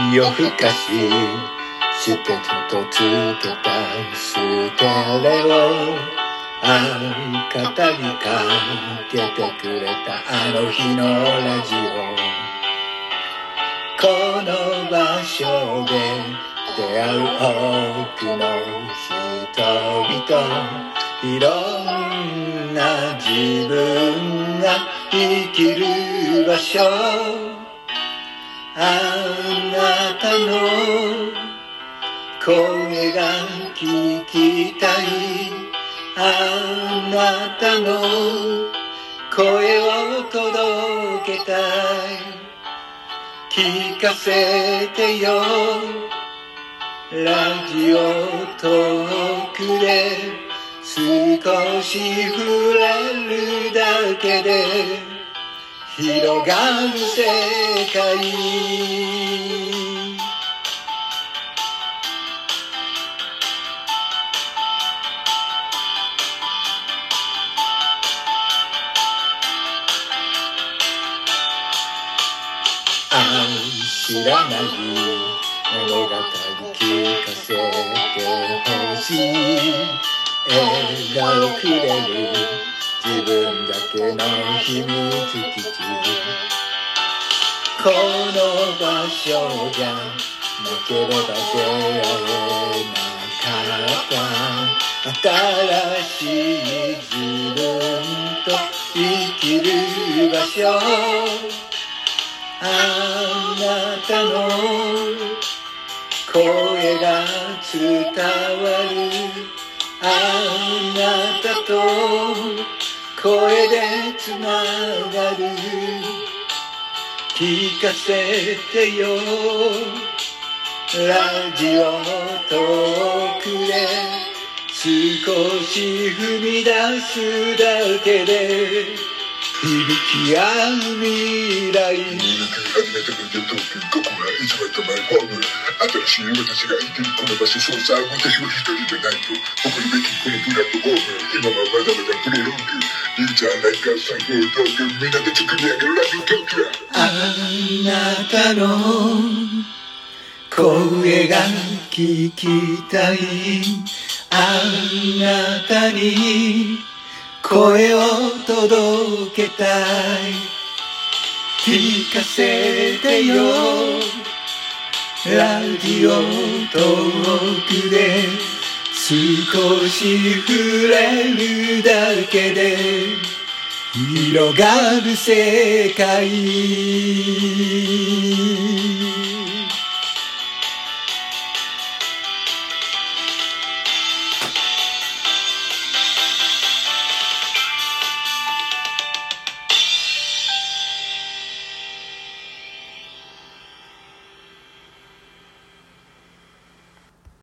夜更かししてとつけたステレオ、語りかけてくれたあの日のラジオ、この場所で出会う多くの人々、いろんな自分が生きる場所、あなたの声が聞きたい、あなたの声を届けたい、聞かせてよラジオトークで、少し触れるだけで広がる世界。知らない物語聞かせてほしい、笑顔くれる自分だけの秘密基地、この場所じゃなければ出会えなかった新しい自分と生きる場所、あなたの声が伝わる、あなたと声でつながる、聞かせてよラジオトークで、少し踏み出すだけで響き合う未来。 初めてのゲット、ここがいつまでもマイホーム。新しい私が生きるこの場所、そうさ、私は一人でないと誇るべきこのプラットフォーム。今はまだまだプロローグ、いいじゃないか最高トーク、みんなで作り上げるラジオトーク。 あなたの声が聞きたい、あなたに声を届けたい、聞かせてよラジオトークで、少し触れるだけで広がる世界。